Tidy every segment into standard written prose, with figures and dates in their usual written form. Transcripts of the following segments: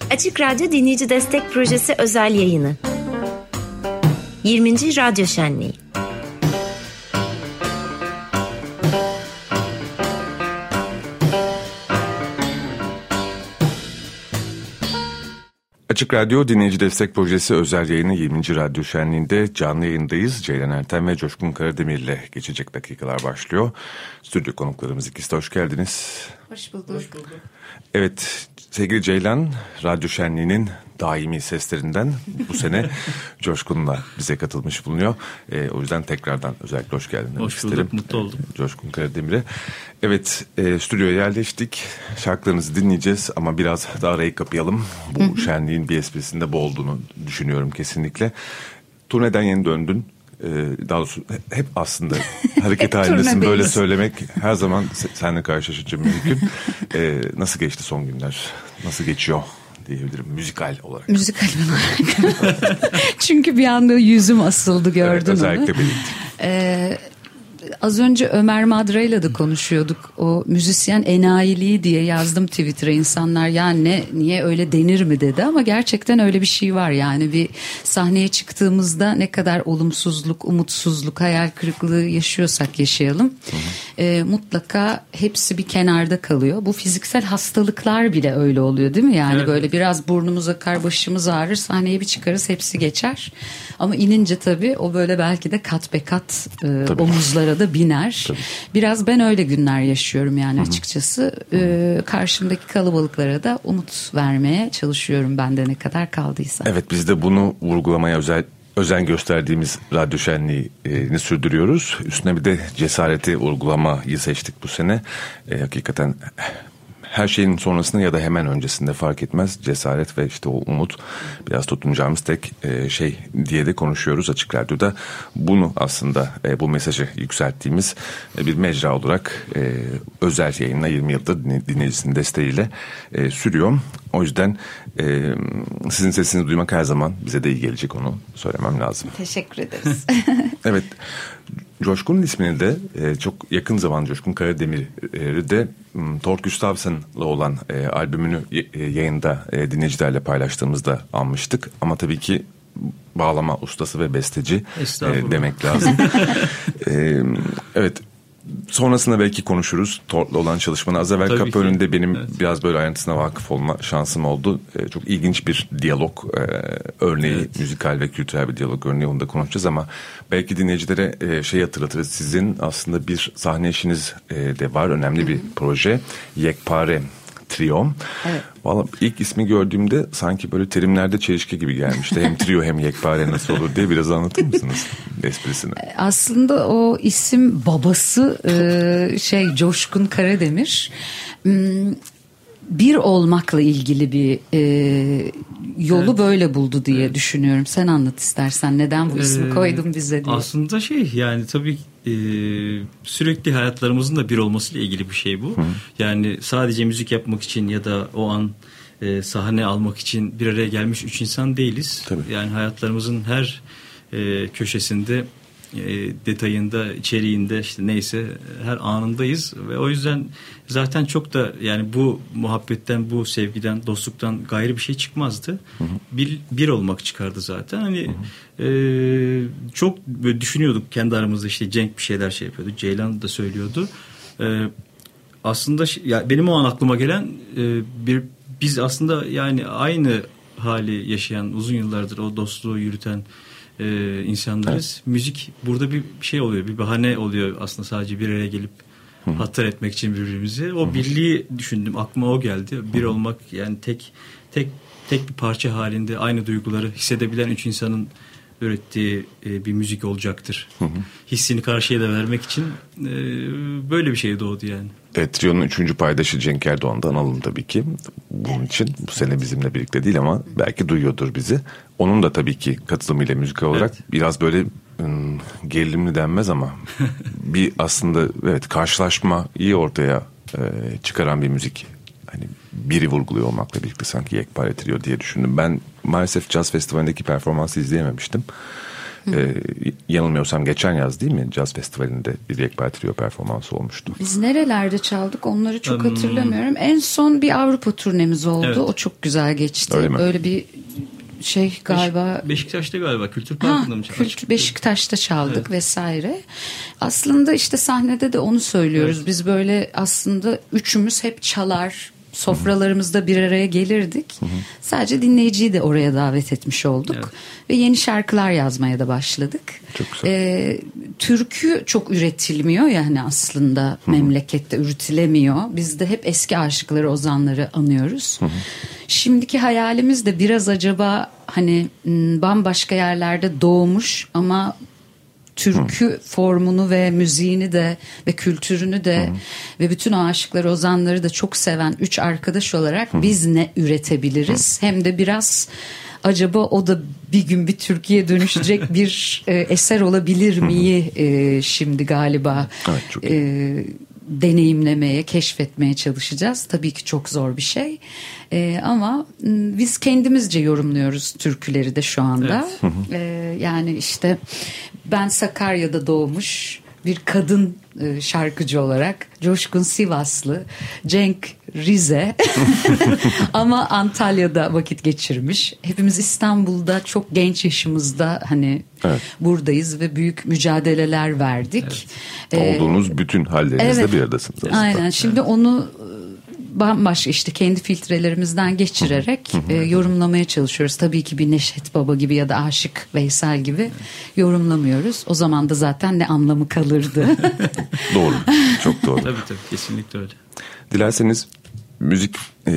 Açık Radyo Dinleyici Destek Projesi özel yayını. 20. Radyo Şenliği. Açık Radyo Dinleyici Destek Projesi özel yayını 20. Radyo Şenliği'nde canlı yayındayız. Ceylan Ertem ve Coşkun Karademir ile geçecek dakikalar başlıyor. Stüdyo konuklarımız ikisi de hoş geldiniz. Hoş bulduk. Hoş bulduk. Evet, sevgili Ceylan, Radyo Şenliği'nin daimi seslerinden bu sene Coşkun'la bize katılmış bulunuyor. O yüzden tekrardan özellikle hoş geldin demek isterim. Hoş bulduk, mutlu oldum. Coşkun Karademir'e. Evet, stüdyoya yerleştik. Şarkılarınızı dinleyeceğiz ama biraz da arayı kapayalım. Bu şenliğin bir esprisinde bu olduğunu düşünüyorum kesinlikle. Turneden yeni döndün. Daha doğrusu hep aslında hareket halindesin, böyle söylemek her zaman seninle karşılaşınca mümkün. Nasıl geçti son günler? Nasıl geçiyor diyebilirim müzikal olarak? Müzikal olarak. Çünkü bir anda yüzüm asıldı, gördün evet, özellikle onu. Az önce Ömer Madra'yla da konuşuyorduk. O müzisyen enayiliği diye yazdım Twitter'a. İnsanlar yani niye öyle denir mi dedi, ama gerçekten öyle bir şey var. Yani bir sahneye çıktığımızda ne kadar olumsuzluk, umutsuzluk, hayal kırıklığı yaşıyorsak yaşayalım. Mutlaka hepsi bir kenarda kalıyor. Bu fiziksel hastalıklar bile öyle oluyor değil mi? Yani evet. Böyle biraz burnumuz akar, başımız ağrır, sahneye bir çıkarız, hepsi geçer. Ama inince tabii o böyle belki de kat be kat omuzlara da biner. Tabii. Biraz ben öyle günler yaşıyorum yani açıkçası. Karşımdaki kalabalıklara da umut vermeye çalışıyorum, bende ne kadar kaldıysa. Evet, biz de bunu vurgulamaya özen gösterdiğimiz radyo şenliğini sürdürüyoruz. Üstüne bir de cesareti vurgulamayı seçtik bu sene. Hakikaten her şeyin sonrasında ya da hemen öncesinde fark etmez, cesaret ve işte o umut biraz tutunacağımız tek şey diye de konuşuyoruz Açık Radyo'da. Bunu aslında bu mesajı yükselttiğimiz bir mecra olarak özel yayınla 20 yıldır dinleyicisinin desteğiyle sürüyor. O yüzden sizin sesinizi duymak her zaman bize de iyi gelecek, onu söylemem lazım. Teşekkür ederiz. Evet, Coşkun'un ismini de çok yakın zaman Coşkun Karademir'i de Thor Gustafsson'la olan albümünü yayında dinleyicilerle paylaştığımızda anmıştık. Ama tabii ki bağlama ustası ve besteci demek lazım. Evet. Sonrasında belki konuşuruz Thor'la olan çalışmanı. Az evvel kapı önünde benim biraz böyle ayrıntısına vakıf olma şansım oldu. Çok ilginç bir diyalog örneği, müzikal ve kültürel bir diyalog örneği, onu da konuşacağız ama belki dinleyicilere şey hatırlatırız. Sizin aslında bir sahne işiniz de var, önemli bir proje. Yekpare Trio. Evet. Vallahi ilk ismi gördüğümde sanki böyle terimlerde çelişki gibi gelmişti. Hem trio hem yekpare nasıl olur diye biraz anlatır mısınız esprisini? Aslında o isim babası Coşkun Karademir. Bir olmakla ilgili bir yolu böyle buldu diye düşünüyorum. Sen anlat istersen, neden bu ismi koydun bize diye. Aslında yani tabii sürekli hayatlarımızın da bir olmasıyla ilgili bir şey bu. Hı. Yani sadece müzik yapmak için ya da o an sahne almak için bir araya gelmiş üç insan değiliz. Tabii. Yani hayatlarımızın her köşesinde, detayında, içeriğinde, işte neyse her anındayız ve o yüzden zaten çok da yani bu muhabbetten, bu sevgiden, dostluktan gayrı bir şey çıkmazdı. Hı hı. Bir olmak çıkardı zaten. Hani çok böyle düşünüyorduk kendi aramızda, işte Cenk bir şeyler yapıyordu, Ceylan da söylüyordu. Aslında ya benim o an aklıma gelen biz aslında yani aynı hali yaşayan, uzun yıllardır o dostluğu yürüten insanlarız. Evet. Müzik burada bir şey oluyor, bir bahane oluyor aslında, sadece bir araya gelip hatır etmek için birbirimizi. O birliği düşündüm, aklıma o geldi. Bir olmak, yani tek bir parça halinde aynı duyguları hissedebilen üç insanın ürettiği bir müzik olacaktır. Hissini karşıya da vermek için böyle bir şey doğdu yani. Evet, Trio'nun 3. paydaşı Cenk Erdoğan'dan alalım tabii ki. Bunun için bu sene bizimle birlikte değil ama belki duyuyordur bizi. Onun da tabii ki katılımıyla müzikal olarak biraz böyle gerilimli denmez ama bir aslında karşılaşmayı ortaya çıkaran bir müzik. Hani biri vurguluyor olmakla birlikte sanki yekpare trio diye düşündüm. Ben maalesef Caz Festivali'ndeki performansı izleyememiştim. Yanılmıyorsam geçen yaz değil mi? Caz Festivali'nde bir Yekpare Trio performansı olmuştu. Biz nerelerde çaldık onları çok hatırlamıyorum. En son bir Avrupa turnemiz oldu. Evet. O çok güzel geçti. Öyle bir şey galiba. Beşiktaş'ta galiba Kültür Parkı'nda mı çaldık? Beşiktaş'ta çaldık vesaire. Aslında işte sahnede de onu söylüyoruz. Biz böyle aslında üçümüz hep çalar. Sofralarımızda bir araya gelirdik. Sadece dinleyiciyi de oraya davet etmiş olduk. Ve yeni şarkılar yazmaya da başladık. Çok güzel. Türkü çok üretilmiyor yani aslında memlekette üretilemiyor. Biz de hep eski aşıkları, ozanları anıyoruz. Şimdiki hayalimiz de biraz acaba hani bambaşka yerlerde doğmuş ama türkü formunu ve müziğini de ve kültürünü de ve bütün o aşıkları, ozanları da çok seven 3 arkadaş olarak biz ne üretebiliriz? Hem de biraz acaba o da bir gün bir Türkiye dönüşecek bir eser olabilir miyi şimdi galiba deneyimlemeye, keşfetmeye çalışacağız. Tabii ki çok zor bir şey. Ama biz kendimizce yorumluyoruz türküleri de şu anda. Yani işte ben Sakarya'da doğmuş bir kadın şarkıcı olarak, Coşkun Sivaslı, Cenk Rize ama Antalya'da vakit geçirmiş. Hepimiz İstanbul'da çok genç yaşımızda hani buradayız ve büyük mücadeleler verdik. Olduğunuz bütün hallerinizde bir aradasınız aslında. Aynen. Şimdi onu bambaşka işte kendi filtrelerimizden geçirerek yorumlamaya çalışıyoruz. Tabii ki bir Neşet Baba gibi ya da Aşık Veysel gibi yorumlamıyoruz. O zaman da zaten ne anlamı kalırdı. Doğru. Çok doğru. Tabii kesinlikle öyle. Dilerseniz müzik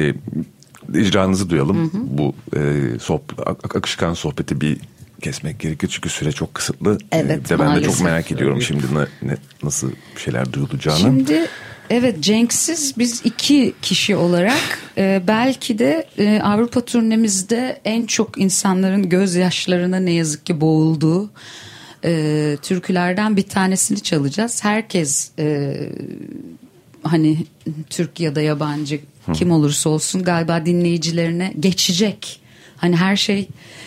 icranızı duyalım. Bu akışkan sohbeti bir kesmek gerekir çünkü süre çok kısıtlı. Evet, ben de çok merak ediyorum şimdi nasıl bir şeyler duyulacağını. Şimdi Cenksiz biz 2 kişi olarak belki de Avrupa turnemizde en çok insanların gözyaşlarına ne yazık ki boğulduğu türkülerden bir tanesini çalacağız. Herkes hani Türk ya da yabancı kim olursa olsun galiba dinleyicilerine geçecek. Hani her şey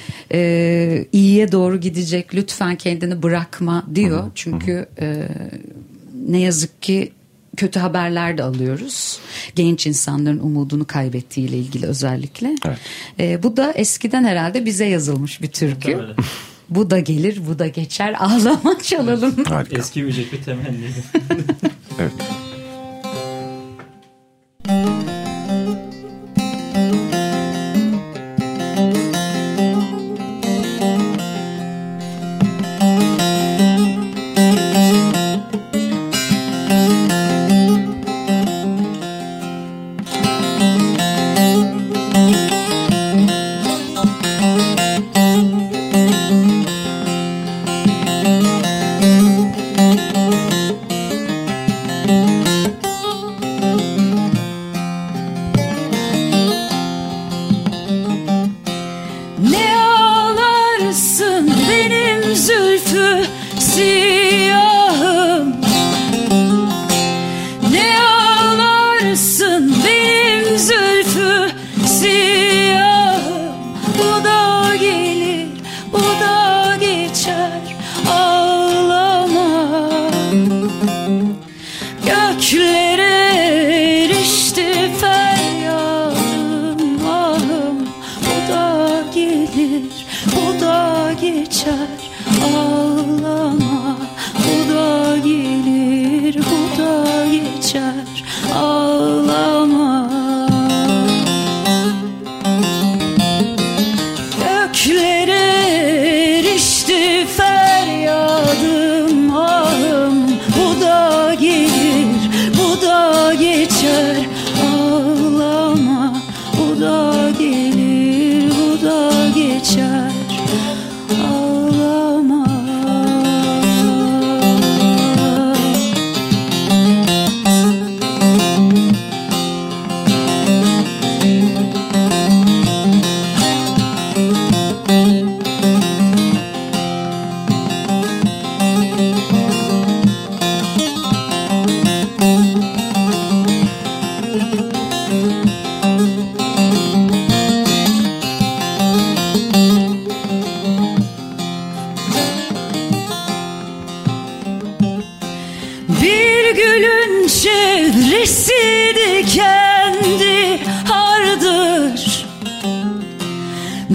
iyiye doğru gidecek, lütfen kendini bırakma diyor. Çünkü ne yazık ki kötü haberler de alıyoruz. Genç insanların umudunu kaybettiğiyle ilgili özellikle. Bu da eskiden herhalde bize yazılmış bir türkü. Bu da gelir, bu da geçer, ağlama çalalım. Harika. Eskimeyecek bir temenniydi. Evet.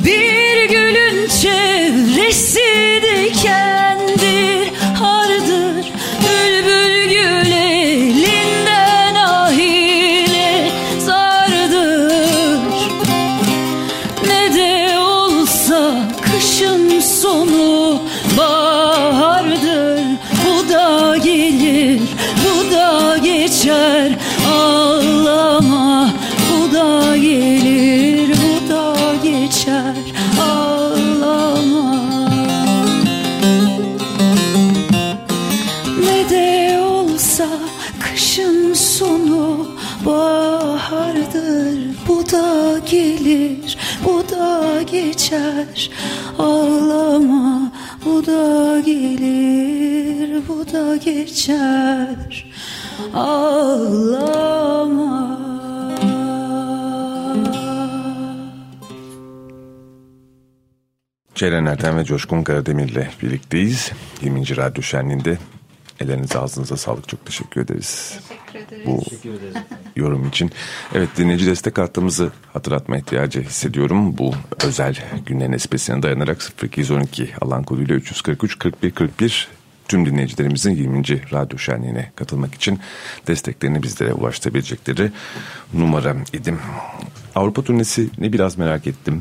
Bir gülün çevresi dikendir, hardır. Bülbül gül elinden ahile zardır. Ne de olsa kışın sonu bahardır. Bu da gelir, bu da geçer, ağlama. Bu da gelir, bu da geçer, ağlama. Ne de olsa kışın sonu bahardır. Bu da gelir, bu da geçer, ağlama. Bu da gelir, bu da geçer, ağlama. Ceren Ertem ve Coşkun Karademir'le birlikteyiz. 20. Radyo Şenliği'nde. Ellerinize ağzınıza sağlık. Çok teşekkür ederiz. Teşekkür ederiz. Bu yorum için. Evet, dinleyici destek hattımızı hatırlatma ihtiyacı hissediyorum. Bu özel günlerin esprisine dayanarak 0212 alan koduyla 343 41 41 tüm dinleyicilerimizin 20. Radyo Şenliği'ne katılmak için desteklerini bizlere ulaştırabilecekleri numara idim. Avrupa turnesini biraz merak ettim.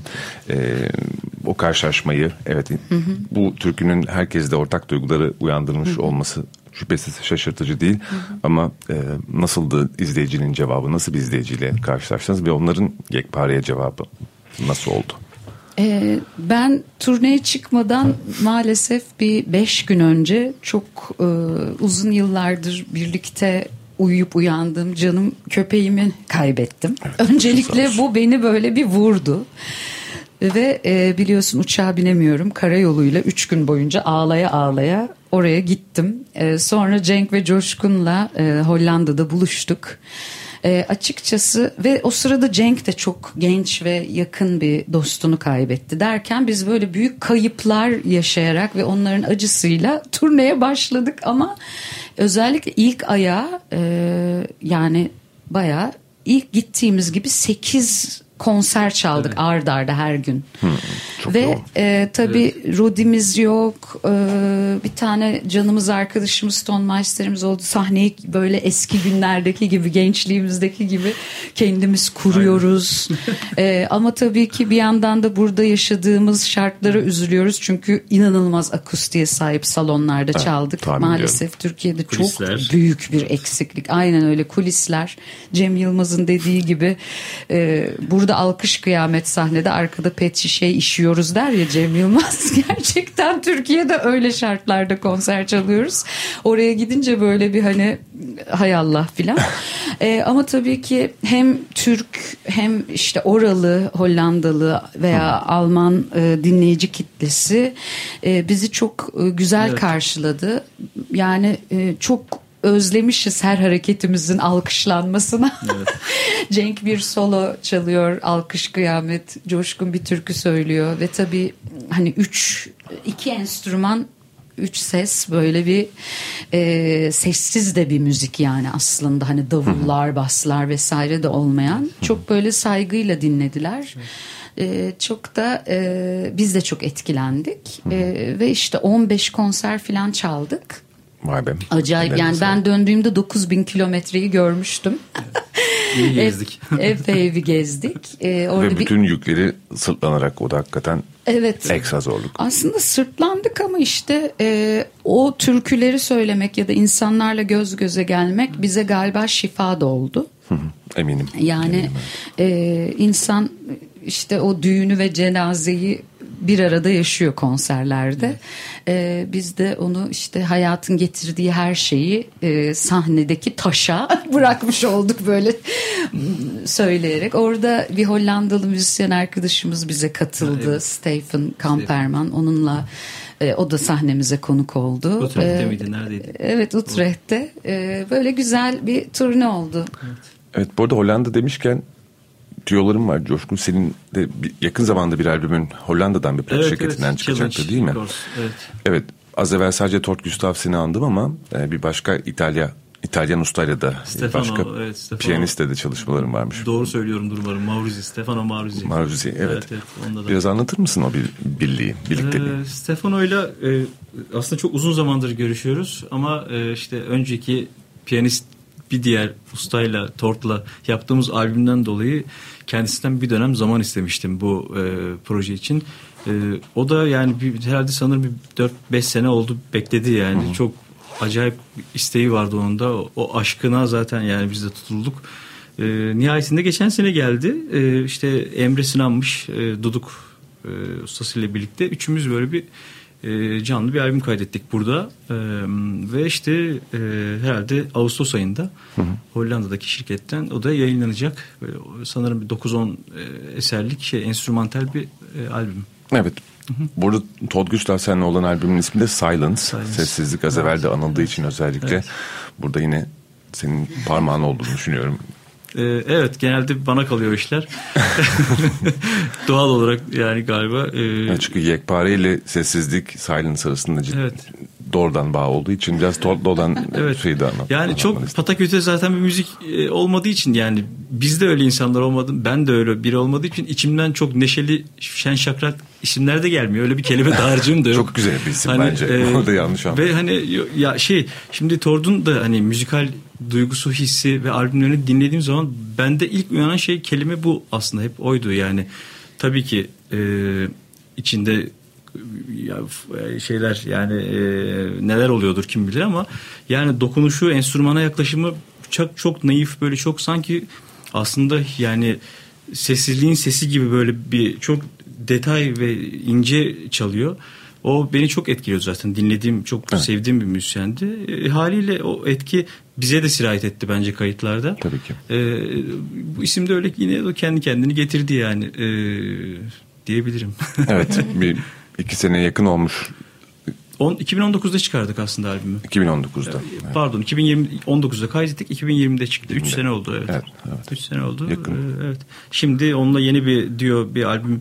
O karşılaşmayı, evet, bu türkünün herkeste ortak duyguları uyandırmış olması şüphesiz şaşırtıcı değil. Ama nasıldı izleyicinin cevabı, nasıl bir izleyiciyle karşılaştınız ve onların yekpareye cevabı nasıl oldu? Ben turneye çıkmadan maalesef bir 5 gün önce çok uzun yıllardır birlikte uyuyup uyandığım canım köpeğimi kaybettim. Evet, öncelikle bu beni böyle bir vurdu. Ve biliyorsun uçağa binemiyorum. Karayoluyla 3 gün boyunca ağlaya ağlaya oraya gittim. Sonra Cenk ve Coşkun'la Hollanda'da buluştuk. Açıkçası ve o sırada Cenk de çok genç ve yakın bir dostunu kaybetti derken biz böyle büyük kayıplar yaşayarak ve onların acısıyla turneye başladık ama özellikle ilk ayağı yani bayağı ilk gittiğimiz gibi 8 konser çaldık, evet, ard arda her gün. Ve tabii evet, rodimiz yok. Bir tane canımız arkadaşımız Tonmeister'imiz oldu. Sahneyi böyle eski günlerdeki gibi, gençliğimizdeki gibi kendimiz kuruyoruz. Ama tabii ki bir yandan da burada yaşadığımız şartlara üzülüyoruz. Çünkü inanılmaz akustiğe sahip salonlarda çaldık. Maalesef Türkiye'de kulisler, çok büyük bir eksiklik. Aynen öyle, kulisler. Cem Yılmaz'ın dediği gibi burada alkış kıyamet sahnede, arkada pet şişe işiyoruz der ya Cem Yılmaz. Gerçekten Türkiye'de öyle şartlarda konser çalıyoruz. Oraya gidince böyle bir hani hay Allah filan. Ama tabii ki hem Türk hem işte oralı, Hollandalı veya Alman dinleyici kitlesi bizi çok güzel karşıladı. Yani çok özlemişiz her hareketimizin alkışlanmasına. Evet. Cenk bir solo çalıyor, alkış kıyamet, Coşkun bir türkü söylüyor ve tabii hani iki enstrüman, 3 ses, böyle bir sessiz de bir müzik yani aslında, hani davullar, baslar vesaire de olmayan, çok böyle saygıyla dinlediler. Çok da biz de çok etkilendik ve işte 15 konser falan çaldık. Vay be. Acayip yani, ben döndüğümde 9.000 kilometreyi görmüştüm. İyi gezdik. Epey bir gezdik. Orada ve bütün yükleri sırtlanarak, o da hakikaten evet, ekstra zorluk. Aslında sırtlandık ama işte o türküleri söylemek ya da insanlarla göz göze gelmek bize galiba şifa da oldu. Eminim. Yani insan işte o düğünü ve cenazeyi bir arada yaşıyor konserlerde. Biz de onu işte hayatın getirdiği her şeyi sahnedeki taşa bırakmış olduk böyle söyleyerek. Orada bir Hollandalı müzisyen arkadaşımız bize katıldı. Evet. Stefan Kamperman. Onunla o da sahnemize konuk oldu. Utrecht'te miydi? Neredeydi? Evet, Utrecht'te. Böyle güzel bir turne oldu. Evet, bu arada Hollanda demişken tüyolarım var. Coşkun, senin de yakın zamanda bir albümün Hollanda'dan bir plak şirketinden çıkacaktı değil mi? Evet. Evet. Az evvel sadece Tort Gustavs'ını andım ama bir başka İtalya İtalyan ustayla da Stefano, başka piyanistle de çalışmalarım varmış. Doğru söylüyorumdur umarım. Mauruzzi, Stefano Mauruzzi. Mauruzzi, evet. Biraz anlatır mısın o birlikteliği? Stefano'yla aslında çok uzun zamandır görüşüyoruz ama işte önceki piyanist bir diğer ustayla, Tort'la yaptığımız albümden dolayı kendisinden bir dönem zaman istemiştim bu proje için. O da yani herhalde sanırım bir 4-5 sene oldu bekledi yani. Hı-hı. Çok acayip isteği vardı onun da. O aşkına zaten yani biz de tutulduk. Nihayetinde geçen sene geldi. İşte Emre Sinan'mış, Duduk ustasıyla birlikte. Üçümüz böyle bir canlı bir albüm kaydettik burada. Ve işte herhalde Ağustos ayında Hollanda'daki şirketten o da yayınlanacak. Böyle, sanırım bir 9-10 eserlik enstrümantal bir albüm. Evet. Burada Todd Gustafson'la olan albümün ismi de Silence. Sessizlik az evvel de anıldığı için özellikle. Evet. Burada yine senin parmağın olduğunu düşünüyorum. Evet, genelde bana kalıyor işler. Doğal olarak yani galiba. Çünkü yekpare ile sessizlik, silence arasında doğrudan bağ olduğu için biraz Todd'la olan şeyi de anlatmak. Yani çok pataküte zaten bir müzik olmadığı için yani biz de öyle insanlar olmadı. Ben de öyle biri olmadığı için içimden çok neşeli, şen şakrak isimler de gelmiyor. Öyle bir kelime dağarcığım da yok. Çok güzel bir isim bence. Orada yanlış anladım. Ve hani ya şimdi Tord'un da hani müzikal duygusu, hissi ve albümlerini dinlediğim zaman bende ilk uyanan kelime bu aslında, hep oydu yani. Tabii ki içinde şeyler yani neler oluyordur kim bilir ama yani dokunuşu, enstrümana yaklaşımı çok naif, böyle çok sanki aslında yani sessizliğin sesi gibi böyle bir çok detay ve ince çalıyor. O beni çok etkiliyor zaten. Dinlediğim, çok sevdiğim bir müzisyendi. Haliyle o etki bize de sirayet etti bence kayıtlarda. Tabii ki. Bu isim de öyle yine kendi kendini getirdi yani diyebilirim. Evet, 2 seneye yakın olmuş. 2019'da çıkardık aslında albümü. 2019'da. Pardon, 2019'da kaydettik, 2020'de çıktı. 3 sene oldu evet. 3 sene oldu. Yakın. Evet. Şimdi onunla yeni bir albüm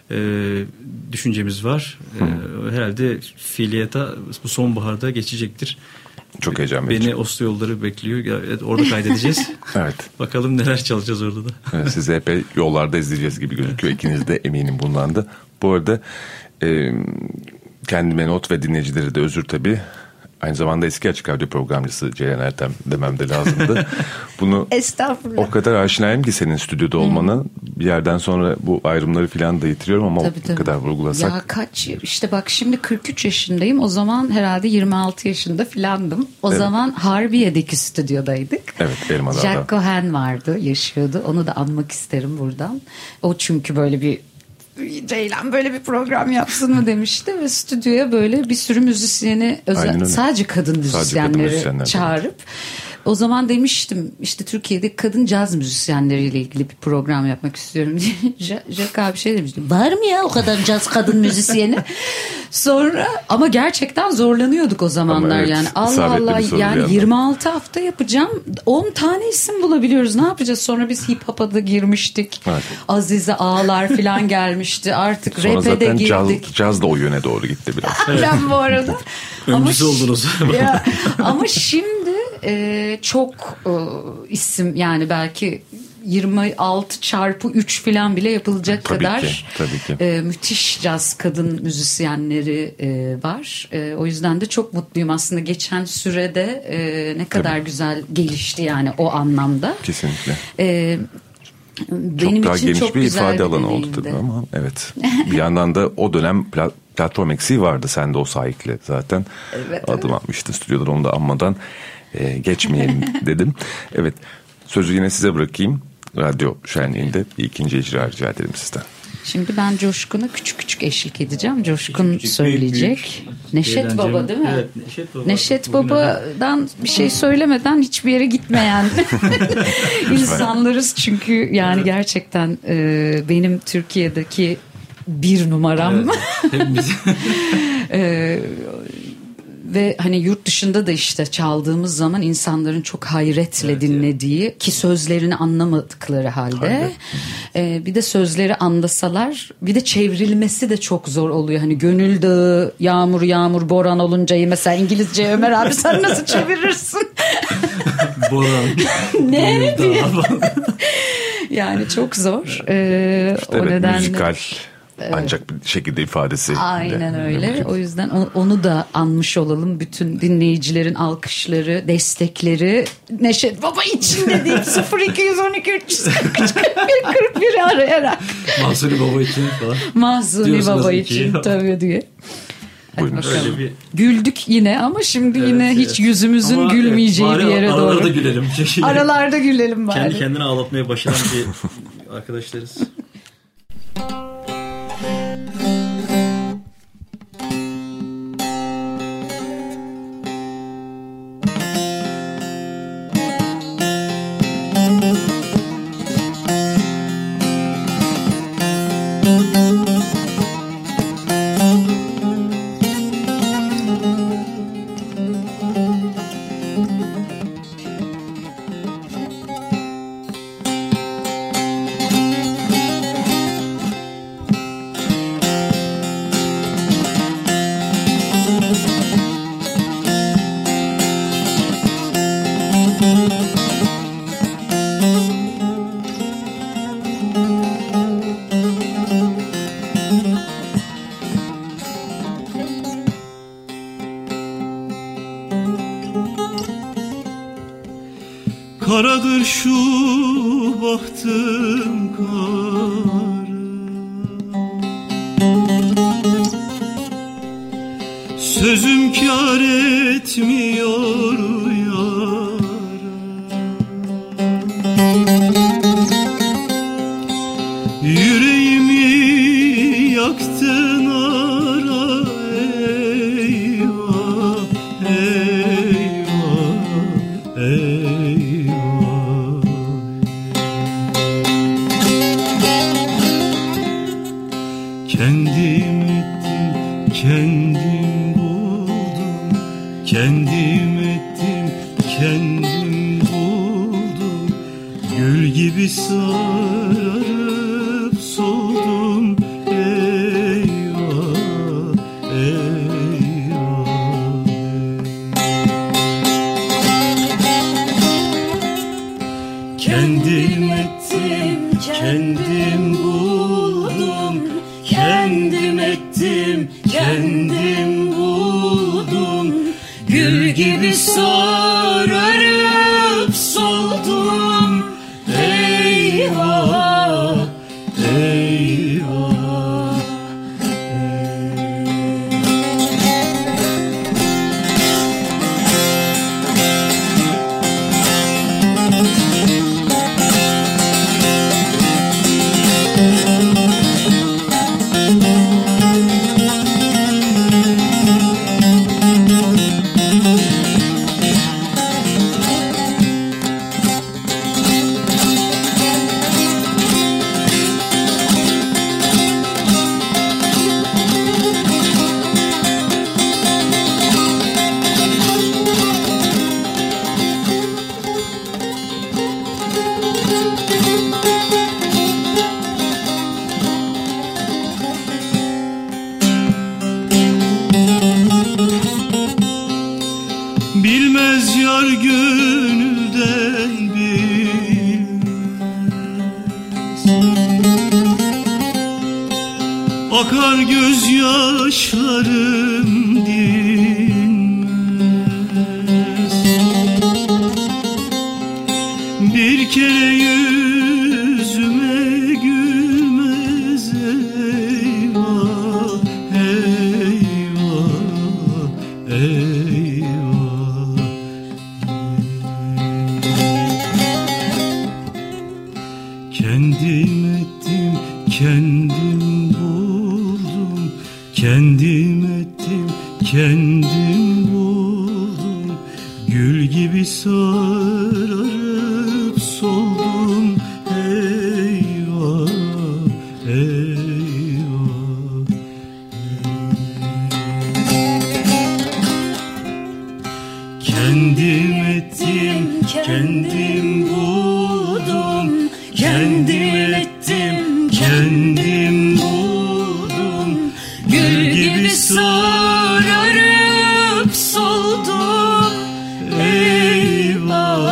düşüncemiz var. Herhalde fiiliyata bu sonbaharda geçecektir. Çok heyecan verici. Beni Oslo yolları bekliyor. Evet, orada kaydedeceğiz. Evet. Bakalım neler çalacağız orada da. Evet, sizi epey yollarda izleyeceğiz gibi gözüküyor. İkiniz de eminim bundan da. Bu arada kendime not ve dinleyicileri de özür tabii. Aynı zamanda eski Açık Radyo programcısı Ceylan Ertem demem de lazımdı. Bunu o kadar aşinayım ki senin stüdyoda olmana. Bir yerden sonra bu ayrımları falan da yitiriyorum ama tabii. o kadar vurgulasak. Ya kaç işte bak şimdi 43 yaşındayım. O zaman herhalde 26 yaşında filandım. O zaman Harbiye'deki stüdyodaydık. Evet, Elmadağ'da. Jack Cohen vardı, yaşıyordu. Onu da anmak isterim buradan. O çünkü böyle bir Ceylan böyle bir program yapsın mı demişti ve stüdyoya böyle bir sürü müzisyeni sadece kadın müzisyenleri çağırıp o zaman demiştim işte Türkiye'de kadın caz müzisyenleriyle ilgili bir program yapmak istiyorum diye. Jack abi demişti. Var mı ya o kadar caz kadın müzisyeni? Sonra ama gerçekten zorlanıyorduk o zamanlar yani. Allah yani 26 hafta yapacağım. 10 tane isim bulabiliyoruz. Ne yapacağız? Sonra biz hip hop'a da girmiştik. Evet. Azize Ağlar falan gelmişti. Artık rap'e de girdik. Caz da o yöne doğru gitti biraz. Ben bu arada. Öncüsü oldunuz. Ama şimdi çok isim yani belki 26x3 falan bile yapılacak kadar müthiş caz kadın müzisyenleri var. O yüzden de çok mutluyum aslında. Geçen sürede ne kadar güzel gelişti yani o anlamda. Kesinlikle. Benim çok daha için geniş çok bir güzel ifade alanı oldu tabii ama evet. Bir yandan da o dönem platform eksiği vardı. Sen de o sahiple zaten adım atmıştın stüdyoda, onu da anmadan geçmeyelim dedim. Evet, sözü yine size bırakayım. Radyo Şenliği'nde bir ikinci icra rica ederim sizden. Şimdi ben Coşkun'a küçük küçük eşlik edeceğim. Coşkun söyleyecek. Neşet Baba değil mi? Evet, Neşet Baba'dan bir şey söylemeden hiçbir yere gitmeyen insanlarız. Çünkü yani gerçekten benim Türkiye'deki bir numaram. Ve hani yurt dışında da işte çaldığımız zaman insanların çok hayretle dinlediği ki sözlerini anlamadıkları halde bir de sözleri anlasalar bir de çevrilmesi de çok zor oluyor. Hani gönül dağı yağmur boran oluncayı mesela İngilizce Ömer abi sen nasıl çevirirsin? Boran. Ne diye. Yani çok zor. İşte O nedenle müzikal ancak bir şekilde ifadesi. Aynen öyle. O yüzden onu da anmış olalım. Bütün dinleyicilerin alkışları, destekleri Neşet Baba için de değil. 0212 343 41 arayarak. Mahsuni Baba için falan. Mahsuni Baba için tabii diye. Buyurun. Güldük yine ama şimdi yine hiç yüzümüzün ama gülmeyeceği bir yere doğru. Aralarda gülelim. Aralarda gülelim bari. Kendi kendine ağlatmaya başlayan bir arkadaşlarız. Karadır şu bahtım kara, sözüm kâr etmiyor yara. Yüreğimi yaktın ara, eyvah, eyvah, eyvah. Kendim ettim, kendim buldum. Kendim ettim, kendim buldum. Gül gibi sararıp soldum. Eyvah, eyvah. Kendim ettim, kendim buldum. Kendim ettim, kendim buldum. Gül gibi sararıp soldum. Eyvah, eyvah. Bilmez yar gönülden bilmez. Akar gözyaşlarım dinmez. Bir kere yüzüme gülmez. Eyvah, eyvah, eyvah. Kendim ettim, kendim buldum. Kendim ettim, kendim buldum. Gül gibi sararıp soldum. Eyvah, eyvah. Kendim ettim, kendim buldum. Kendim ettim, kendim buldum. Gül gibi sararıp soldum. Eyvah,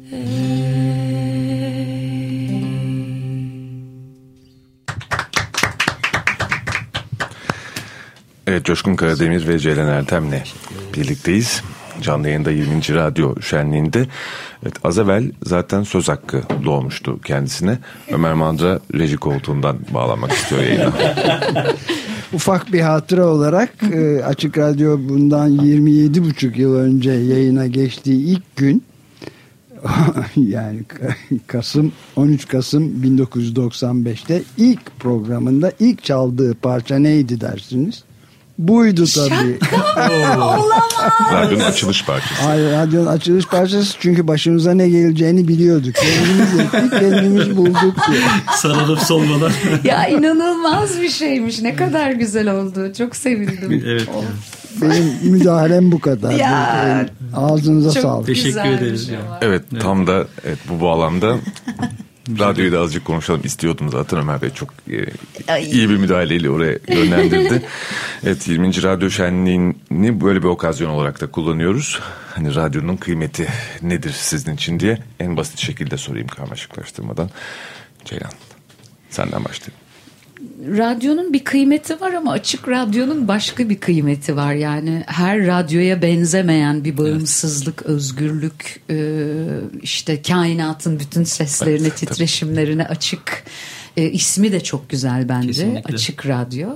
Evet, Coşkun Karademir ve Ceylan Ertem'le birlikteyiz. Canlı yayında 20. Radyo Şenliği'nde. Evet, az evvel zaten söz hakkı doğmuştu kendisine. Ömer Madra reji koltuğundan bağlamak istiyor yayına. Ufak bir hatıra olarak Açık Radyo bundan 27,5 yıl önce yayına geçtiği ilk gün, yani 13 Kasım 1995'te ilk programında ilk çaldığı parça neydi dersiniz? Buydu tabii. Radyonun açılış parçası. Hayır, radyonun açılış parçası, çünkü başımıza ne geleceğini biliyorduk. Kendimiz ettik, kendimiz bulduk diye. Sarılıp solmadan. Ya inanılmaz bir şeymiş. Ne kadar güzel oldu. Çok sevindim. Evet. Benim müdahalem bu kadar. Ya, ağzınıza sağlık. Teşekkür ederiz. Evet, tam da bu bağlamda radyoyu da azıcık konuşalım istiyordum zaten. Ömer Bey çok iyi bir müdahaleyle oraya yönlendirdi. Evet, 20. Radyo Şenliği'ni böyle bir okazyon olarak da kullanıyoruz. Hani radyonun kıymeti nedir sizin için diye en basit şekilde sorayım karmaşıklaştırmadan. Ceylan, senden başlayayım. Radyonun bir kıymeti var ama Açık Radyo'nun başka bir kıymeti var. Yani her radyoya benzemeyen bir bağımsızlık, özgürlük, işte kainatın bütün seslerine, titreşimlerine açık. İsmi de çok güzel bence. Kesinlikle. Açık Radyo.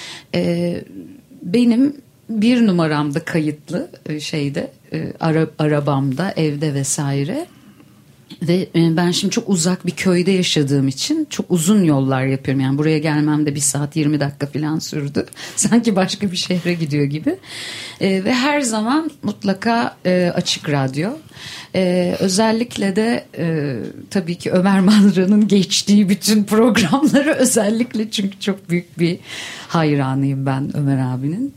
Benim bir numaramda kayıtlı şeyde, arabamda, evde vesaire. Ve ben şimdi çok uzak bir köyde yaşadığım için çok uzun yollar yapıyorum. Yani buraya gelmem de 1 saat 20 dakika falan sürdü. Sanki başka bir şehre gidiyor gibi. Ve her zaman mutlaka Açık Radyo. Özellikle de tabii ki Ömer Madra'nın geçtiği bütün programları, özellikle çünkü çok büyük bir hayranıyım ben Ömer abinin.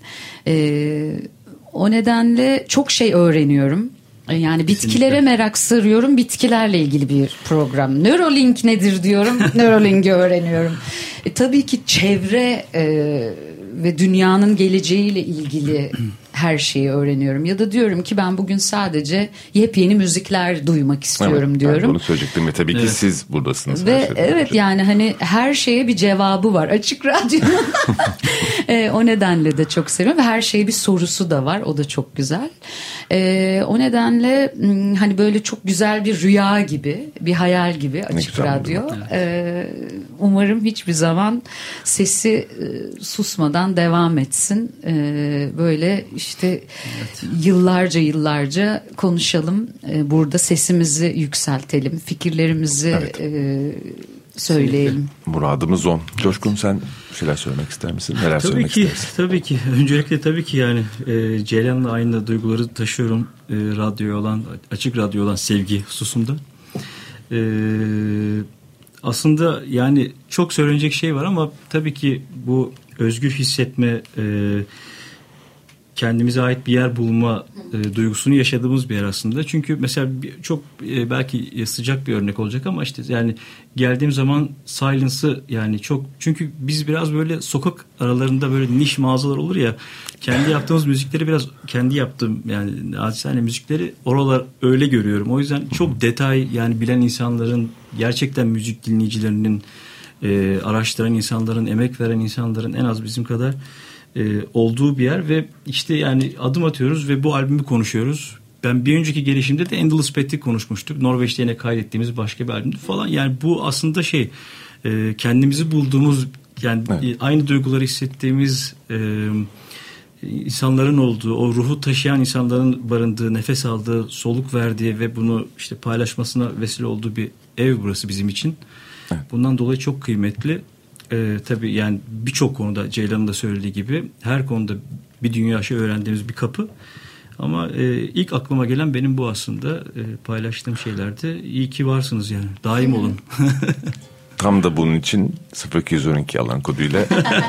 O nedenle çok şey öğreniyorum. Yani bitkilere merak sarıyorum. Bitkilerle ilgili bir program. Neuralink nedir diyorum. Neuralink'i öğreniyorum. Tabii ki çevre ve dünyanın geleceğiyle ilgili her şeyi öğreniyorum. Ya da diyorum ki ben bugün sadece yepyeni müzikler duymak istiyorum, evet, diyorum. Ben bunu söyleyecektim ve tabii ki siz buradasınız. Ve evet, yani hani her şeye bir cevabı var Açık Radyo'nun. O nedenle de çok seviyorum ve her şeye bir sorusu da var. O da çok güzel. O nedenle hani böyle çok güzel bir rüya gibi, bir hayal gibi Açık Radyo. Umarım hiçbir zaman sesi susmadan devam etsin. Böyle işte yıllarca konuşalım. Burada sesimizi yükseltelim. Fikirlerimizi söyleyelim. Muradımız o. Coşkun, sen bir şeyler söylemek ister misin? Neler söylemek istersin? Tabii ki. Öncelikle tabii ki yani Ceylan'la aynı duyguları taşıyorum. Radyoya olan, Açık Radyo olan sevgi hususunda. Aslında yani çok söylenecek şey var ama tabii ki bu özgür hissetme, kendimize ait bir yer bulma duygusunu yaşadığımız bir yer aslında. Çünkü mesela çok belki sıcak bir örnek olacak ama işte yani geldiğim zaman Silence'ı yani çok, çünkü biz biraz böyle sokak aralarında böyle niş mağazalar olur ya, kendi yaptığımız müzikleri biraz kendi yaptığım yani acizane müzikleri oralar öyle görüyorum. O yüzden çok detay, yani bilen insanların, gerçekten müzik dinleyicilerinin, araştıran insanların, emek veren insanların en az bizim kadar olduğu bir yer ve işte yani adım atıyoruz ve bu albümü konuşuyoruz. Ben bir önceki gelişimde de Endless Pet'i konuşmuştuk. Norveç'te yine kaydettiğimiz başka bir albümdü falan. Yani bu aslında kendimizi bulduğumuz, yani aynı duyguları hissettiğimiz insanların olduğu, o ruhu taşıyan insanların barındığı, nefes aldığı, soluk verdiği ve bunu işte paylaşmasına vesile olduğu bir ev burası bizim için. Bundan dolayı çok kıymetli. Tabii yani birçok konuda Ceylan'ın da söylediği gibi her konuda bir dünya şey öğrendiğimiz bir kapı. Ama ilk aklıma gelen benim bu aslında paylaştığım şeylerde. İyi ki varsınız yani. Daim olun. Tam da bunun için 0212 alan koduyla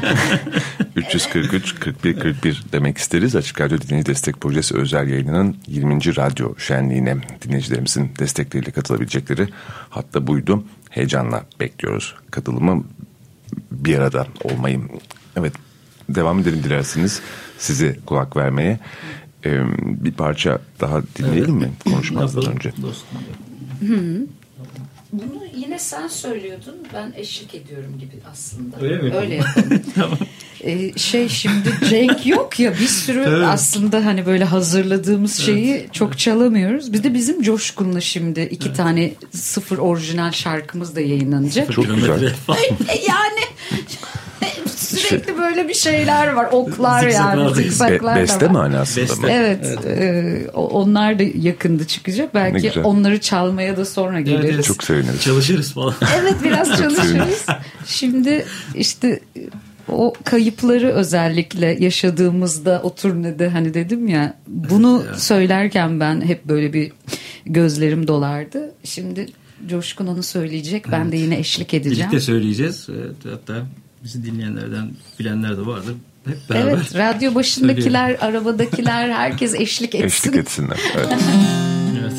343 41 41 demek isteriz. Açık Radyo Dinleyici Destek Projesi özel yayınının 20. Radyo Şenliği'ne dinleyicilerimizin destekleriyle katılabilecekleri hatta buydu. Heyecanla bekliyoruz katılımı, bir arada olmayı. Evet, devam edelim dilerseniz size kulak vermeye. Bir parça daha dinleyelim mi konuşmazdan önce? Bunu yine sen söylüyordun, ben eşlik ediyorum gibi aslında. Öyle mi? Öyle yapalım. Tamam. Şimdi Cenk yok ya, bir sürü evet. Aslında hani böyle hazırladığımız şeyi evet. Çok çalamıyoruz. Bir de bizim Coşkun'la şimdi 2 tane 0 orijinal şarkımız da yayınlanacak. Çok güzel. Yani sürekli böyle bir şeyler var. Oklar yani. Zikzaklar beste manasında mı? Evet. Onlar da yakında çıkacak. Belki onları çalmaya da sonra geliriz. Evet. Çok seviniriz. Çalışırız falan. Evet, biraz çalışırız. Şimdi işte o kayıpları özellikle yaşadığımızda o turnede hani dedim ya, bunu söylerken ben hep böyle bir gözlerim dolardı. Şimdi Coşkun onu söyleyecek. Evet. Ben de yine eşlik edeceğim. Birlikte söyleyeceğiz. Evet, hatta bizi dinleyenlerden bilenler de vardır. Hep beraber. Evet, radyo başındakiler, söyleyelim. Arabadakiler, herkes eşlik etsin. Eşlik etsinler. Evet. Evet.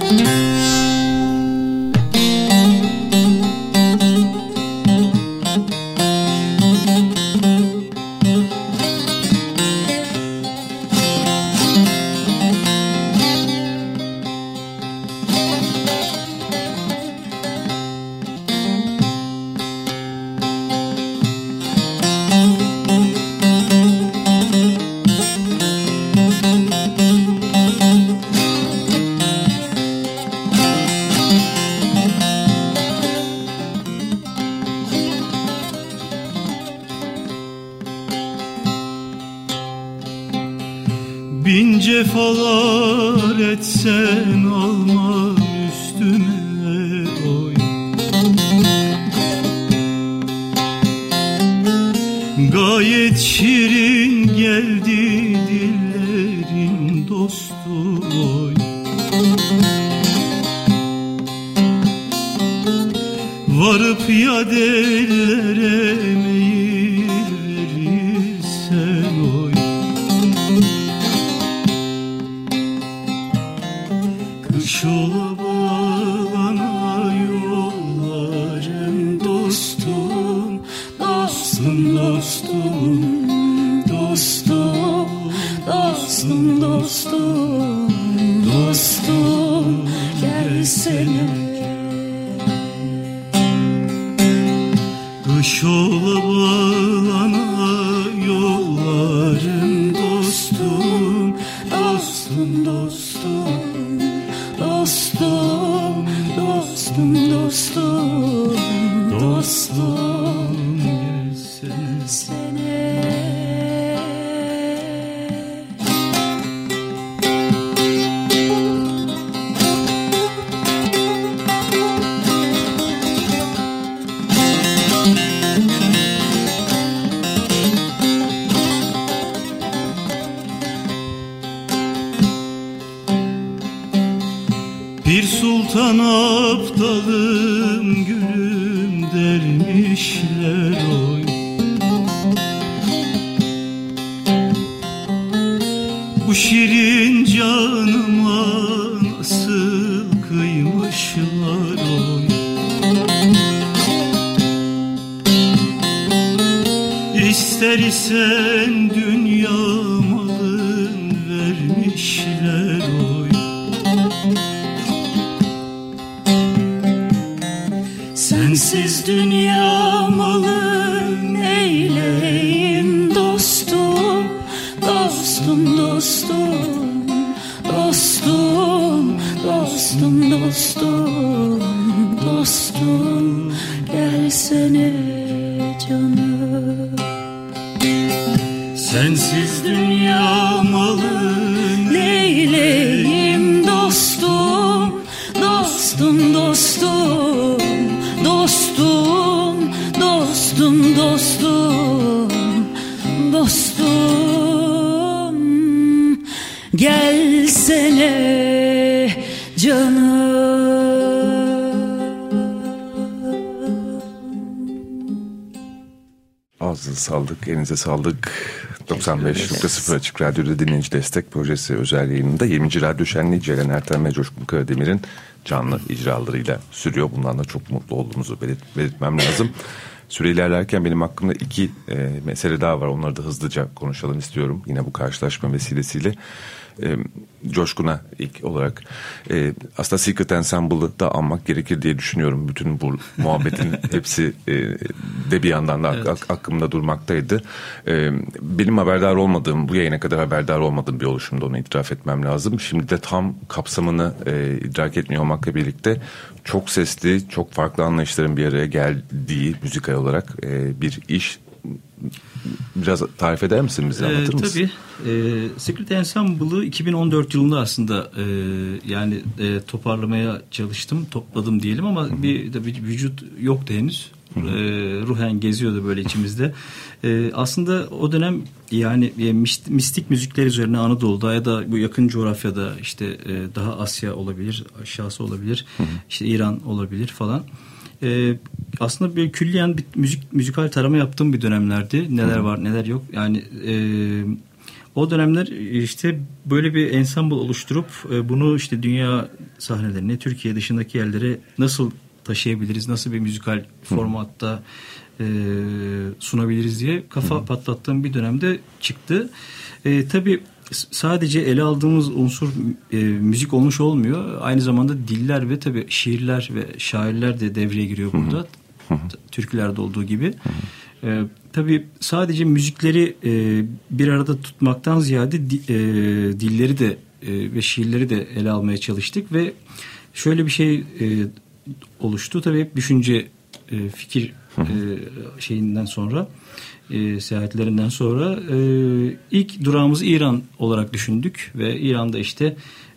Bin cefalar etsen alma üstüme oy. Gayet şirin geldi dillerin dostu oy. Varıp ya dellere meyil verirsen oy. Kış ola bana yollarım dostum, dostum, dostum, dostum, dostum, dostum, dostum, gelsene. Kış ola bana yollarım dostum, dostum, dostum, dostum, dostum, dostum, dostum, gelsene. Bir sultan aptalım gülüm dermişler oy. Bu şirin canıma nasıl kıymışlar oy. İster isen dünya malın vermişler oy. Sensiz dünya malın neyleyim dostum, dostum, dostum, dostum, dostum, dostum, dostum, gelsene canım. Sensiz dünya malın neyleyim dostum, dostum, dostum, dostum, dostum, dostum, dostum, gelsene canım. Ağzınıza sağlık, elinize sağlık. 95.0 Açık Radyo'da Dinleyici Destek Projesi özel yayınında 20. Radyo Şenliği Ceren Ertem ve Coşkun Karademir'in canlı icralarıyla sürüyor. Bundan da çok mutlu olduğumuzu belirtmem lazım. Süre ilerlerken benim aklımda 2 mesele daha var. Onları da hızlıca konuşalım istiyorum. Yine bu karşılaşma vesilesiyle. Coşkun'a ilk olarak aslında Secret Ensemble'ı da anmak gerekir diye düşünüyorum. Bütün bu muhabbetin hepsi de bir yandan da aklımda durmaktaydı. Benim haberdar olmadığım, bu yayına kadar haberdar olmadığım bir oluşumda, onu itiraf etmem lazım. Şimdi de tam kapsamını idrak etmiyor olmakla birlikte çok sesli, çok farklı anlayışların bir araya geldiği müzikal olarak bir iş. Biraz tarif eder misin, bize anlatır mısın? Tabii. Secret Ensemble'ı 2014 yılında aslında toparlamaya çalıştım. Topladım diyelim ama bir vücut yoktu henüz. Ruhen geziyordu böyle içimizde. Aslında o dönem yani mistik müzikler üzerine Anadolu'da ya da bu yakın coğrafyada işte daha Asya olabilir, aşağısı olabilir, işte İran olabilir falan. Aslında bir külliyen bir müzikal tarama yaptığım bir dönemlerdi. Neler var neler yok. Yani o dönemler işte böyle bir ensemble oluşturup bunu işte dünya sahnelerine, Türkiye dışındaki yerlere nasıl taşıyabiliriz, nasıl bir müzikal formatta sunabiliriz diye kafa patlattığım bir dönemde çıktı. Tabii sadece ele aldığımız unsur müzik olmuş olmuyor. Aynı zamanda diller ve tabii şiirler ve şairler de devreye giriyor burada. Türkülerde olduğu gibi. Tabii sadece müzikleri bir arada tutmaktan ziyade dilleri de ve şiirleri de ele almaya çalıştık ve şöyle bir şey oluştu. Tabii hep düşünce, fikir şeyinden sonra, seyahatlerinden sonra ilk durağımızı İran olarak düşündük ve İran'da işte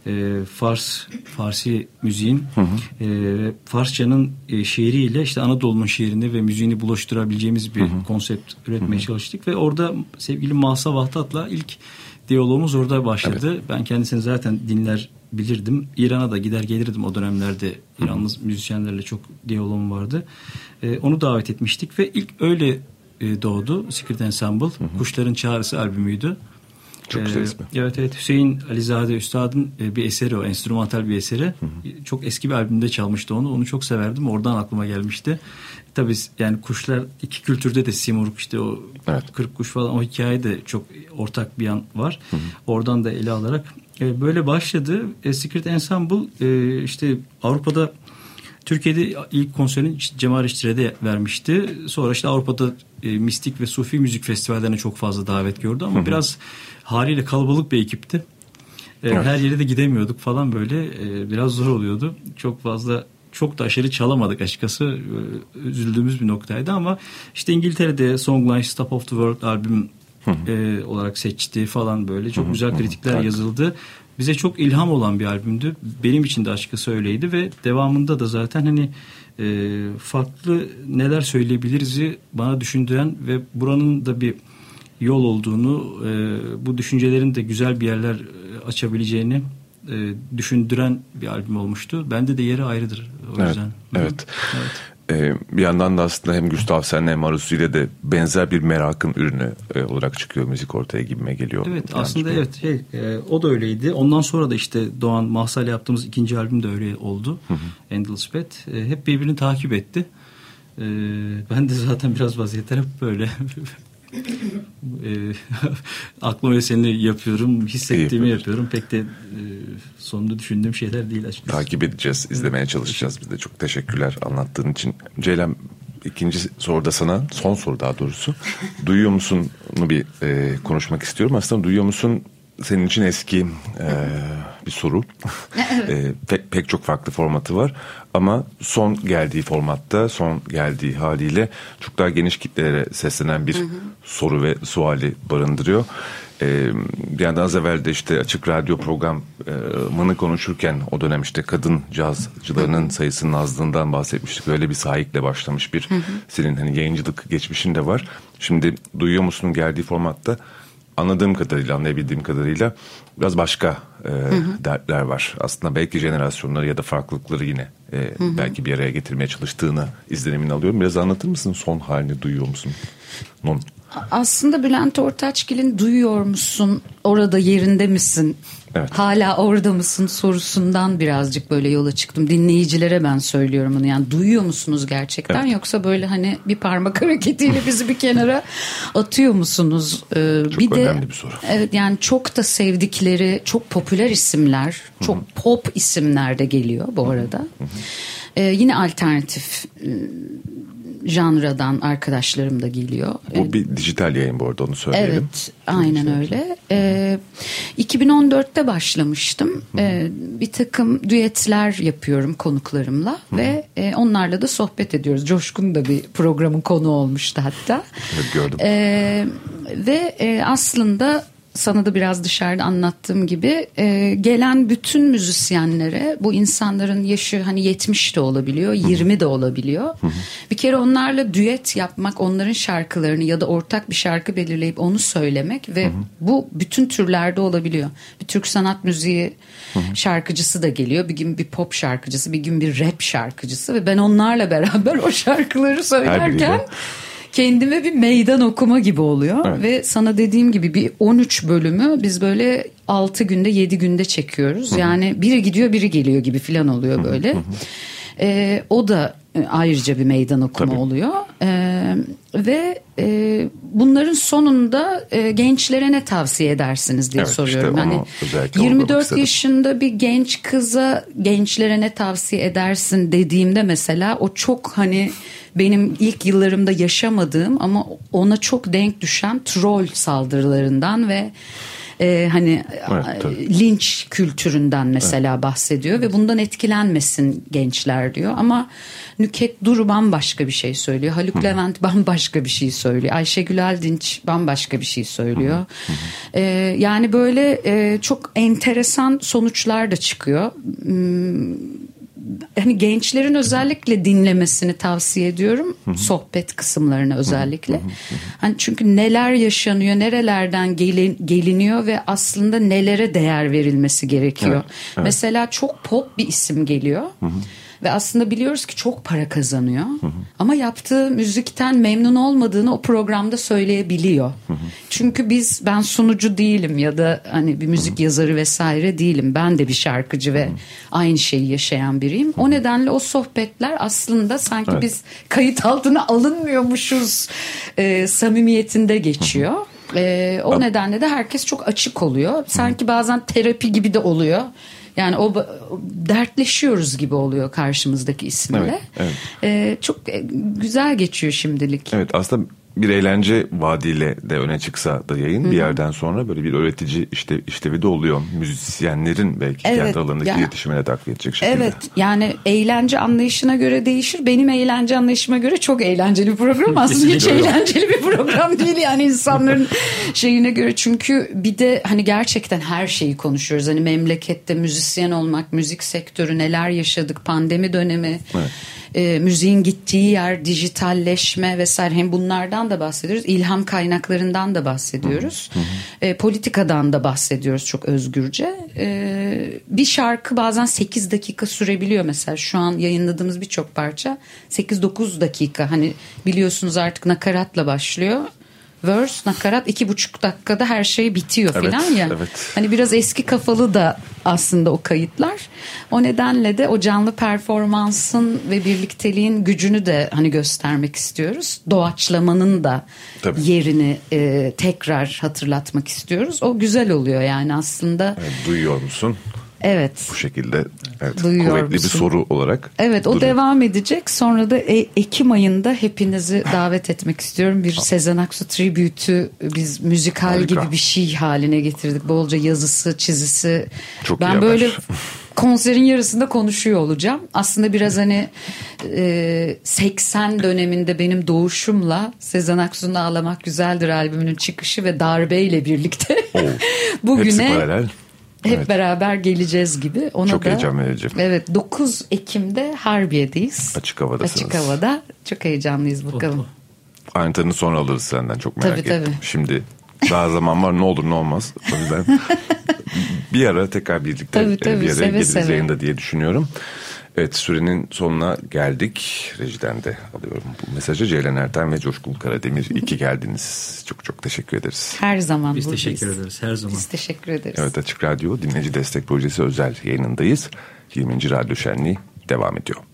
Farsi müziğin Farsçanın şiiriyle işte Anadolu'nun şiirini ve müziğini buluşturabileceğimiz bir konsept üretmeye çalıştık ve orada sevgili Mahsa Vahdat'la ilk diyalogumuz orada başladı. Evet. Ben kendisini zaten bilirdim. İran'a da gider gelirdim o dönemlerde. İranlı müzisyenlerle çok diyalogum vardı. Onu davet etmiştik ve ilk öyle doğdu Secret Ensemble. Kuşların Çağrısı albümüydü. Çok güzel ismi. Evet, Hüseyin Alizade Üstad'ın bir eseri o. Enstrümantal bir eseri. Çok eski bir albümde çalmıştı onu. Onu çok severdim. Oradan aklıma gelmişti. Tabii yani kuşlar iki kültürde de Simurg işte o 40 kuş falan o hikaye de çok ortak bir yan var. Oradan da ele alarak böyle başladı. Secret Ensemble işte Avrupa'da Türkiye'de ilk konserini Cemal İştire'de vermişti. Sonra işte Avrupa'da mistik ve sufi müzik festivallerine çok fazla davet gördü ama biraz haliyle kalabalık bir ekipti. Her yere de gidemiyorduk falan böyle. Biraz zor oluyordu. Çok da aşırı çalamadık açıkçası. Üzüldüğümüz bir noktaydı ama işte İngiltere'de Songline Stop of the World albüm olarak seçti falan böyle. Çok güzel kritikler yazıldı. Bize çok ilham olan bir albümdü. Benim için de açıkçası öyleydi ve devamında da zaten hani farklı neler söyleyebiliriz'i bana düşündüren ve buranın da bir yol olduğunu, bu düşüncelerin de güzel bir yerler açabileceğini düşündüren bir albüm olmuştu. Bende de yeri ayrıdır o yüzden. Evet. Bir yandan da aslında hem Gustav Sen'le hem Arzu ile de benzer bir merakın ürünü olarak çıkıyor müzik ortaya gibime geliyor. Evet aslında o da öyleydi. Ondan sonra da işte Doğan Mahsa'yla yaptığımız ikinci albüm de öyle oldu. Endless Pet. Hep birbirini takip etti. Ben de zaten biraz vaziyetler hep böyle aklıma eseni yapıyorum, hissettiğimi yapıyorum. Pek de sonunda düşündüğüm şeyler değil açıkçası. Takip edeceğiz, izlemeye çalışacağız. Biz de çok teşekkürler anlattığın için. Ceylan, ikinci soruda sana, son soru daha doğrusu. Duyuyor musun bir konuşmak istiyorum. Aslında duyuyor musun senin için eski bir soru. Pek çok farklı formatı var. Ama son geldiği formatta, son geldiği haliyle çok daha geniş kitlelere seslenen bir soru ve suali barındırıyor. Bir yandan az evvel de işte Açık Radyo programını konuşurken o dönem işte kadın cazcılarının sayısının azlığından bahsetmiştik. Böyle bir sahikle başlamış bir senin hani yayıncılık geçmişin de var. Şimdi Duyuyor Musun'un geldiği formatta anlayabildiğim kadarıyla biraz başka dertler var. Aslında belki jenerasyonları ya da farklılıkları yine belki bir araya getirmeye çalıştığını izlenimini alıyorum. Biraz anlatır mısın son halini, Duyuyor Musun? Aslında Bülent Ortaçgil'in Duyuyor Musun, Orada Yerinde Misin Evet. Hala orada mısın sorusundan birazcık böyle yola çıktım. Dinleyicilere ben söylüyorum bunu. Yani duyuyor musunuz gerçekten, evet, yoksa böyle hani bir parmak hareketiyle bizi bir kenara atıyor musunuz? Çok bir önemli de, bir soru. Evet, yani çok da sevdikleri, çok popüler isimler, çok pop isimler de geliyor bu arada. Yine alternatif janradan arkadaşlarım da geliyor. Bu bir dijital yayın bu arada, onu söyleyelim. Evet, aynen öyle. 2014'te başlamıştım. Bir takım düetler yapıyorum konuklarımla ve onlarla da sohbet ediyoruz. Coşkun da bir programın konu olmuştu hatta. Evet, gördüm. Ve aslında sana da biraz dışarıda anlattığım gibi gelen bütün müzisyenlere, bu insanların yaşı hani 70 de olabiliyor, 20 de olabiliyor. Bir kere onlarla düet yapmak, onların şarkılarını ya da ortak bir şarkı belirleyip onu söylemek ve bu bütün türlerde olabiliyor. Bir Türk sanat müziği şarkıcısı da geliyor, bir gün bir pop şarkıcısı, bir gün bir rap şarkıcısı ve ben onlarla beraber o şarkıları söylerken kendime bir meydan okuma gibi oluyor. Evet. Ve sana dediğim gibi bir 13 bölümü biz böyle 6 günde 7 günde çekiyoruz. Yani biri gidiyor biri geliyor gibi falan oluyor böyle. O da ayrıca bir meydan okuma oluyor. Ve bunların sonunda gençlere ne tavsiye edersiniz diye soruyorum. Işte yani 24 yaşında bir genç kıza gençlere ne tavsiye edersin dediğimde mesela o çok hani benim ilk yıllarımda yaşamadığım ama ona çok denk düşen troll saldırılarından ve hani linç kültüründen mesela bahsediyor ve bundan etkilenmesin gençler diyor. Ama Nükhet Duru bambaşka bir şey söylüyor. Haluk Levent bambaşka bir şey söylüyor. Ayşegül Aldinç bambaşka bir şey söylüyor. Yani böyle çok enteresan sonuçlar da çıkıyor. Hani gençlerin özellikle dinlemesini tavsiye ediyorum. Sohbet kısımlarını özellikle. Hani çünkü neler yaşanıyor, nerelerden geliniyor ve aslında nelere değer verilmesi gerekiyor. Evet. Mesela çok pop bir isim geliyor. Ve aslında biliyoruz ki çok para kazanıyor. Ama yaptığı müzikten memnun olmadığını o programda söyleyebiliyor. Çünkü ben sunucu değilim ya da hani bir müzik yazarı vesaire değilim. Ben de bir şarkıcı ve aynı şeyi yaşayan biriyim. O nedenle o sohbetler aslında sanki biz kayıt altına alınmıyormuşuz samimiyetinde geçiyor. O nedenle de herkes çok açık oluyor. Sanki bazen terapi gibi de oluyor. Yani o dertleşiyoruz gibi oluyor karşımızdaki isimle. Evet. Çok güzel geçiyor şimdilik. Evet, aslında bir eğlence vaadiyle de öne çıksa da yayın bir yerden sonra böyle bir öğretici işlevi de oluyor. Müzisyenlerin belki kendi alanındaki iletişimine takviye edecek şekilde. Evet, yani eğlence anlayışına göre değişir. Benim eğlence anlayışıma göre çok eğlenceli bir program. Aslında hiç eğlenceli bir program değil yani insanların şeyine göre. Çünkü bir de hani gerçekten her şeyi konuşuyoruz. Hani memlekette müzisyen olmak, müzik sektörü, neler yaşadık, pandemi dönemi. Evet. Müziğin gittiği yer, dijitalleşme vesaire, hem bunlardan da bahsediyoruz. İlham kaynaklarından da bahsediyoruz. Politikadan da bahsediyoruz çok özgürce. Bir şarkı bazen 8 dakika sürebiliyor mesela. Şu an yayınladığımız birçok parça 8-9 dakika. Hani biliyorsunuz artık nakaratla başlıyor. Verse, nakarat 2,5 dakikada her şey bitiyor falan ya. Evet. Hani biraz eski kafalı da aslında o kayıtlar. O nedenle de o canlı performansın ve birlikteliğin gücünü de hani göstermek istiyoruz. Doğaçlamanın da yerini tekrar hatırlatmak istiyoruz. O güzel oluyor yani aslında. Evet, duyuyor musun? Evet. Bu şekilde kuvvetli bir soru olarak. Evet, o devam edecek. Sonra da Ekim ayında hepinizi davet etmek istiyorum. Bir Sezen Aksu tribütü biz müzikal gibi bir şey haline getirdik. Bolca yazısı, çizisi. Çok ben böyle konserin yarısında konuşuyor olacağım. Aslında biraz hani 80 döneminde benim doğuşumla Sezen Aksu'nun Ağlamak Güzeldir albümünün çıkışı ve darbeyle birlikte bugüne hep beraber geleceğiz gibi. Ona çok heyecan verici. Evet, 9 Ekim'de Harbiye'deyiz. Açık havadasınız. Açık havada. Çok heyecanlıyız bakalım. Ayrıntılarını sonra alırız senden, çok merak ettim. Şimdi daha zaman var, ne olur ne olmaz. O yüzden bir ara tekrar birlikte bir araya geliriz yayında diye düşünüyorum. Evet, sürenin sonuna geldik. Rejiden de alıyorum bu mesajı. Ceylan Erten ve Coşkun Karademir, iyi ki geldiniz. Çok çok teşekkür ederiz. Her zaman Biz buradayız. teşekkür ederiz, her zaman. Biz teşekkür ederiz. Evet, Açık Radyo Dinleyici Destek Projesi özel yayınındayız. 20. Radyo Şenliği devam ediyor.